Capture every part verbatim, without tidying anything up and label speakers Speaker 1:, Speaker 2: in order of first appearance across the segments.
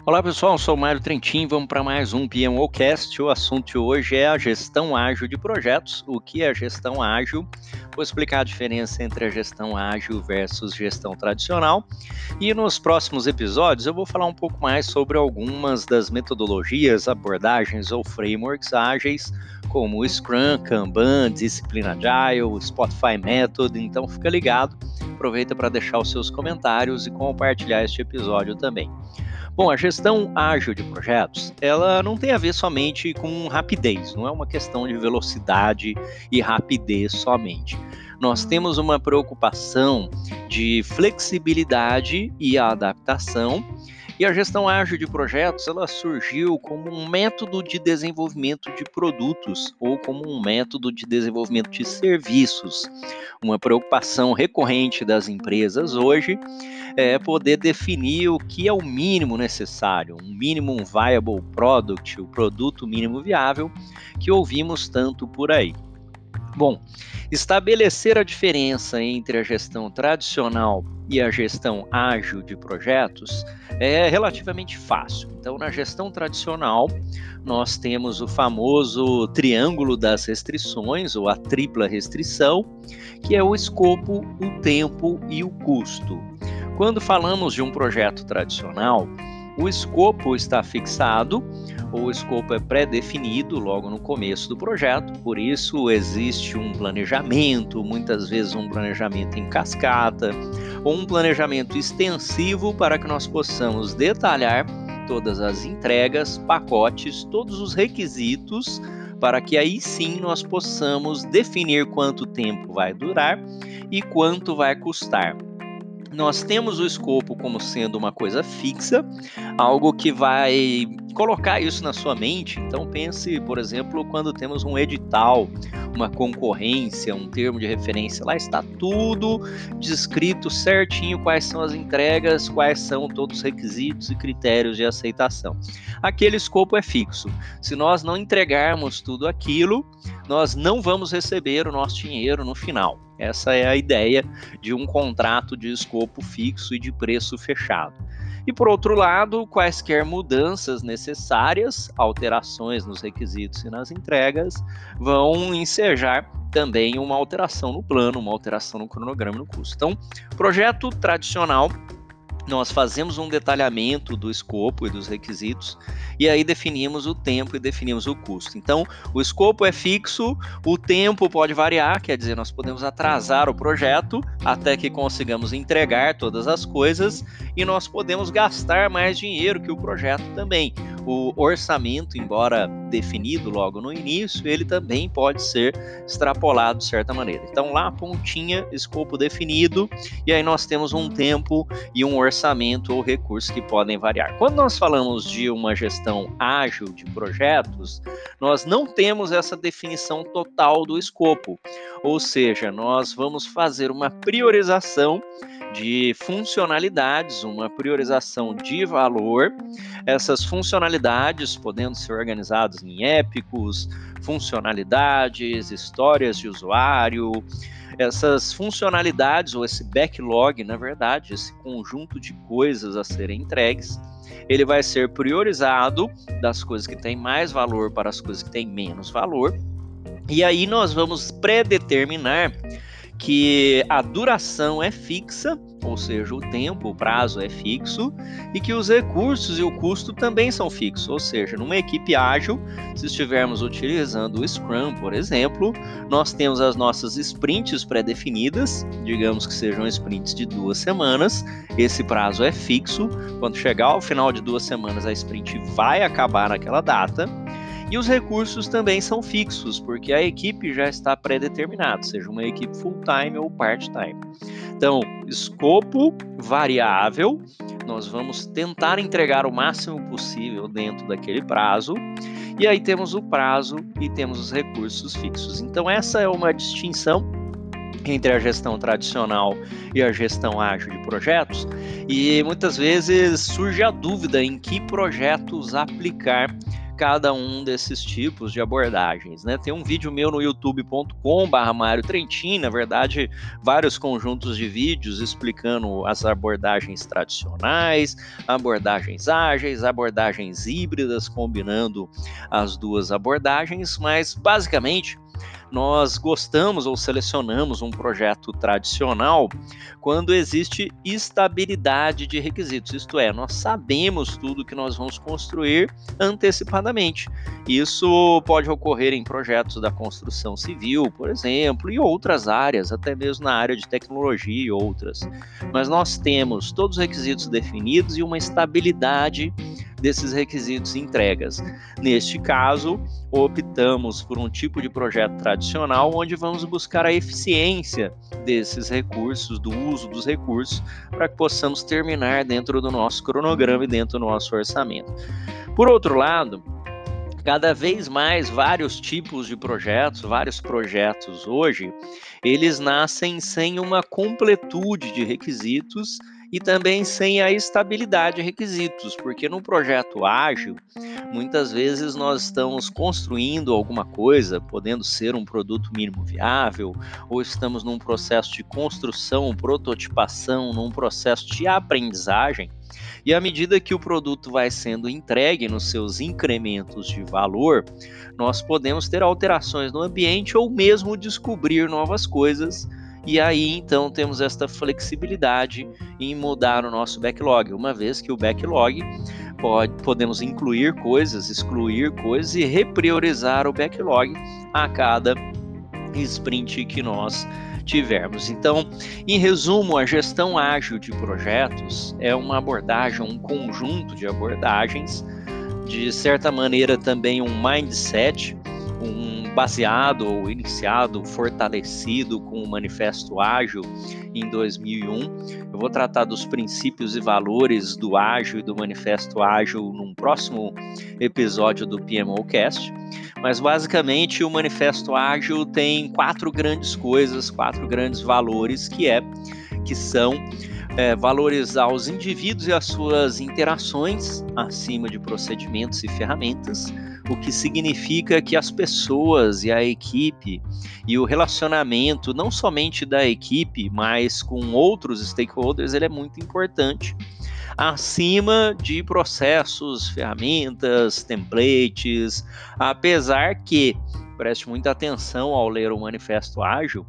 Speaker 1: Olá pessoal, eu sou o Mário Trentin, vamos para mais um P M O Cast. O assunto de hoje é a gestão ágil de projetos. O que é a gestão ágil? Vou explicar a diferença entre a gestão ágil versus gestão tradicional. E nos próximos episódios eu vou falar um pouco mais sobre algumas das metodologias, abordagens ou frameworks ágeis, como o Scrum, Kanban, Discipline Agile, Spotify Method. Então fica ligado, aproveita para deixar os seus comentários e compartilhar este episódio também. Bom, a gestão ágil de projetos, ela não tem a ver somente com rapidez, não é uma questão de velocidade e rapidez somente. Nós temos uma preocupação de flexibilidade e adaptação, e a gestão ágil de projetos, ela surgiu como um método de desenvolvimento de produtos ou como um método de desenvolvimento de serviços. Uma preocupação recorrente das empresas hoje é poder definir o que é o mínimo necessário, um minimum viable product, o produto mínimo viável, que ouvimos tanto por aí. Bom, estabelecer a diferença entre a gestão tradicional e a gestão ágil de projetos é relativamente fácil. Então, na gestão tradicional, nós temos o famoso triângulo das restrições, ou a tripla restrição, que é o escopo, o tempo e o custo. Quando falamos de um projeto tradicional, o escopo está fixado, ou o escopo é pré-definido logo no começo do projeto, por isso existe um planejamento, muitas vezes um planejamento em cascata, ou um planejamento extensivo para que nós possamos detalhar todas as entregas, pacotes, todos os requisitos, para que aí sim nós possamos definir quanto tempo vai durar e quanto vai custar. Nós temos o escopo como sendo uma coisa fixa, algo que vai colocar isso na sua mente. Então pense, por exemplo, quando temos um edital, uma concorrência, um termo de referência, lá está tudo descrito certinho, quais são as entregas, quais são todos os requisitos e critérios de aceitação. Aquele escopo é fixo. Se nós não entregarmos tudo aquilo, nós não vamos receber o nosso dinheiro no final. Essa é a ideia de um contrato de escopo fixo e de preço fechado. E por outro lado, quaisquer mudanças necessárias, alterações nos requisitos e nas entregas, vão ensejar também uma alteração no plano, uma alteração no cronograma e no custo. Então, projeto tradicional, nós fazemos um detalhamento do escopo e dos requisitos e aí definimos o tempo e definimos o custo. Então, o escopo é fixo, o tempo pode variar, quer dizer, nós podemos atrasar o projeto até que consigamos entregar todas as coisas e nós podemos gastar mais dinheiro que o projeto também. O orçamento, embora definido logo no início, ele também pode ser extrapolado de certa maneira. Então, lá pontinha, escopo definido, e aí nós temos um tempo e um orçamento ou recursos que podem variar. Quando nós falamos de uma gestão ágil de projetos, nós não temos essa definição total do escopo, ou seja, nós vamos fazer uma priorização de funcionalidades, uma priorização de valor. Essas funcionalidades podendo ser organizadas em épicos, funcionalidades, histórias de usuário. Essas funcionalidades, ou esse backlog, na verdade, esse conjunto de coisas a serem entregues, ele vai ser priorizado das coisas que têm mais valor para as coisas que têm menos valor. E aí nós vamos predeterminar que a duração é fixa, ou seja, o tempo, o prazo é fixo, e que os recursos e o custo também são fixos, ou seja, numa equipe ágil, se estivermos utilizando o Scrum, por exemplo, nós temos as nossas sprints pré-definidas, digamos que sejam sprints de duas semanas, esse prazo é fixo, quando chegar ao final de duas semanas a sprint vai acabar naquela data. E os recursos também são fixos, porque a equipe já está pré-determinada, seja uma equipe full-time ou part-time. Então, escopo variável, nós vamos tentar entregar o máximo possível dentro daquele prazo, e aí temos o prazo e temos os recursos fixos. Então, essa é uma distinção entre a gestão tradicional e a gestão ágil de projetos, e muitas vezes surge a dúvida em que projetos aplicar cada um desses tipos de abordagens, né? Tem um vídeo meu no youtube ponto com barra Mário Trentin, na verdade, vários conjuntos de vídeos explicando as abordagens tradicionais, abordagens ágeis, abordagens híbridas, combinando as duas abordagens, mas basicamente nós gostamos ou selecionamos um projeto tradicional quando existe estabilidade de requisitos, isto é, nós sabemos tudo que nós vamos construir antecipadamente. Isso pode ocorrer em projetos da construção civil, por exemplo, e outras áreas, até mesmo na área de tecnologia e outras. Mas nós temos todos os requisitos definidos e uma estabilidade desses requisitos e entregas. Neste caso, optamos por um tipo de projeto tradicional onde vamos buscar a eficiência desses recursos, do uso dos recursos, para que possamos terminar dentro do nosso cronograma e dentro do nosso orçamento. Por outro lado, cada vez mais vários tipos de projetos, vários projetos hoje, eles nascem sem uma completude de requisitos e também sem a estabilidade de requisitos, porque no projeto ágil, muitas vezes nós estamos construindo alguma coisa, podendo ser um produto mínimo viável, ou estamos num processo de construção, prototipação, num processo de aprendizagem, e à medida que o produto vai sendo entregue nos seus incrementos de valor, nós podemos ter alterações no ambiente ou mesmo descobrir novas coisas. E aí, então, temos esta flexibilidade em mudar o nosso backlog, uma vez que o backlog pode, podemos incluir coisas, excluir coisas e repriorizar o backlog a cada sprint que nós tivermos. Então, em resumo, a gestão ágil de projetos é uma abordagem, um conjunto de abordagens, de certa maneira também um mindset, um baseado ou iniciado, fortalecido com o Manifesto Ágil em dois mil e um. Eu vou tratar dos princípios e valores do Ágil e do Manifesto Ágil num próximo episódio do PMOcast, mas basicamente o Manifesto Ágil tem quatro grandes coisas, quatro grandes valores, que, é, que são é, valorizar os indivíduos e as suas interações acima de procedimentos e ferramentas, o que significa que as pessoas e a equipe e o relacionamento, não somente da equipe, mas com outros stakeholders, ele é muito importante, acima de processos, ferramentas, templates, apesar que, preste muita atenção ao ler o Manifesto Ágil,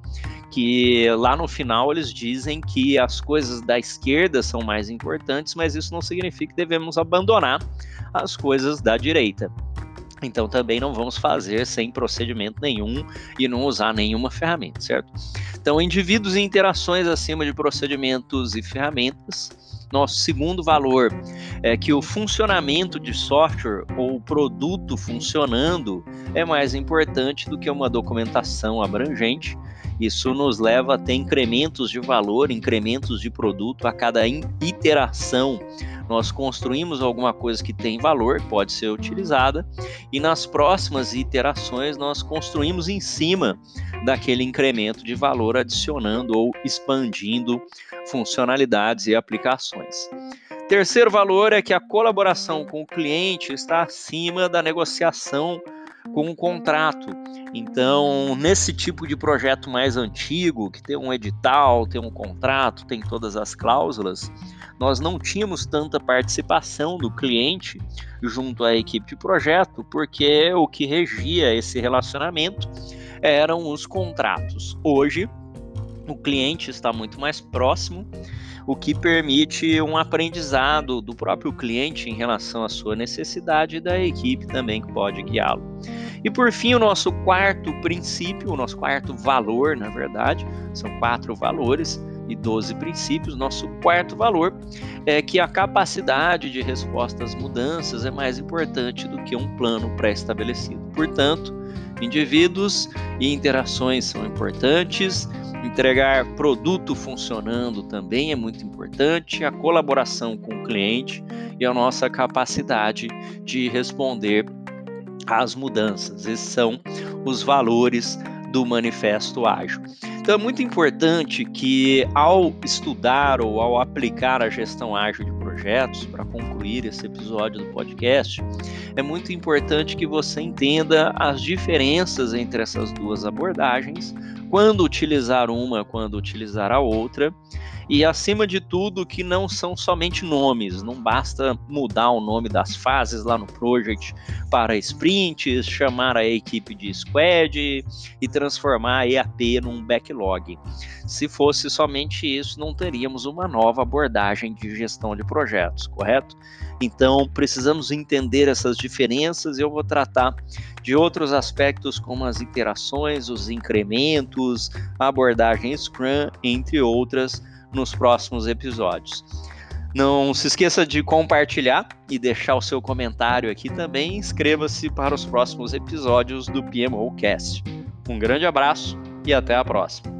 Speaker 1: que lá no final eles dizem que as coisas da esquerda são mais importantes, mas isso não significa que devemos abandonar as coisas da direita. Então também não vamos fazer sem procedimento nenhum e não usar nenhuma ferramenta, certo? Então, indivíduos e interações acima de procedimentos e ferramentas. Nosso segundo valor é que o funcionamento de software ou produto funcionando é mais importante do que uma documentação abrangente. Isso nos leva a ter incrementos de valor, incrementos de produto a cada iteração. Nós construímos alguma coisa que tem valor, pode ser utilizada, e nas próximas iterações nós construímos em cima daquele incremento de valor, adicionando ou expandindo funcionalidades e aplicações. Terceiro valor é que a colaboração com o cliente está acima da negociação com o contrato. Então, nesse tipo de projeto mais antigo, que tem um edital, tem um contrato, tem todas as cláusulas, nós não tínhamos tanta participação do cliente junto à equipe de projeto, porque o que regia esse relacionamento eram os contratos. Hoje, o cliente está muito mais próximo, o que permite um aprendizado do próprio cliente em relação à sua necessidade e da equipe também que pode guiá-lo. E por fim, o nosso quarto princípio, o nosso quarto valor, na verdade, são quatro valores e doze princípios. Nosso quarto valor é que a capacidade de resposta às mudanças é mais importante do que um plano pré-estabelecido. Portanto, indivíduos e interações são importantes, entregar produto funcionando também é muito importante, a colaboração com o cliente e a nossa capacidade de responder às mudanças. Esses são os valores do Manifesto Ágil. Então é muito importante que ao estudar ou ao aplicar a gestão ágil de projetos para concluir concluir esse episódio do podcast, é muito importante que você entenda as diferenças entre essas duas abordagens, quando utilizar uma, quando utilizar a outra, e acima de tudo que não são somente nomes, não basta mudar o nome das fases lá no project para sprints, chamar a equipe de squad e transformar a E A P num backlog. Se fosse somente isso, não teríamos uma nova abordagem de gestão de projetos, correto? Então, precisamos entender essas diferenças e eu vou tratar de outros aspectos como as iterações, os incrementos, a abordagem Scrum, entre outras, nos próximos episódios. Não se esqueça de compartilhar e deixar o seu comentário aqui também. Inscreva-se para os próximos episódios do P M O Cast. Um grande abraço e até a próxima.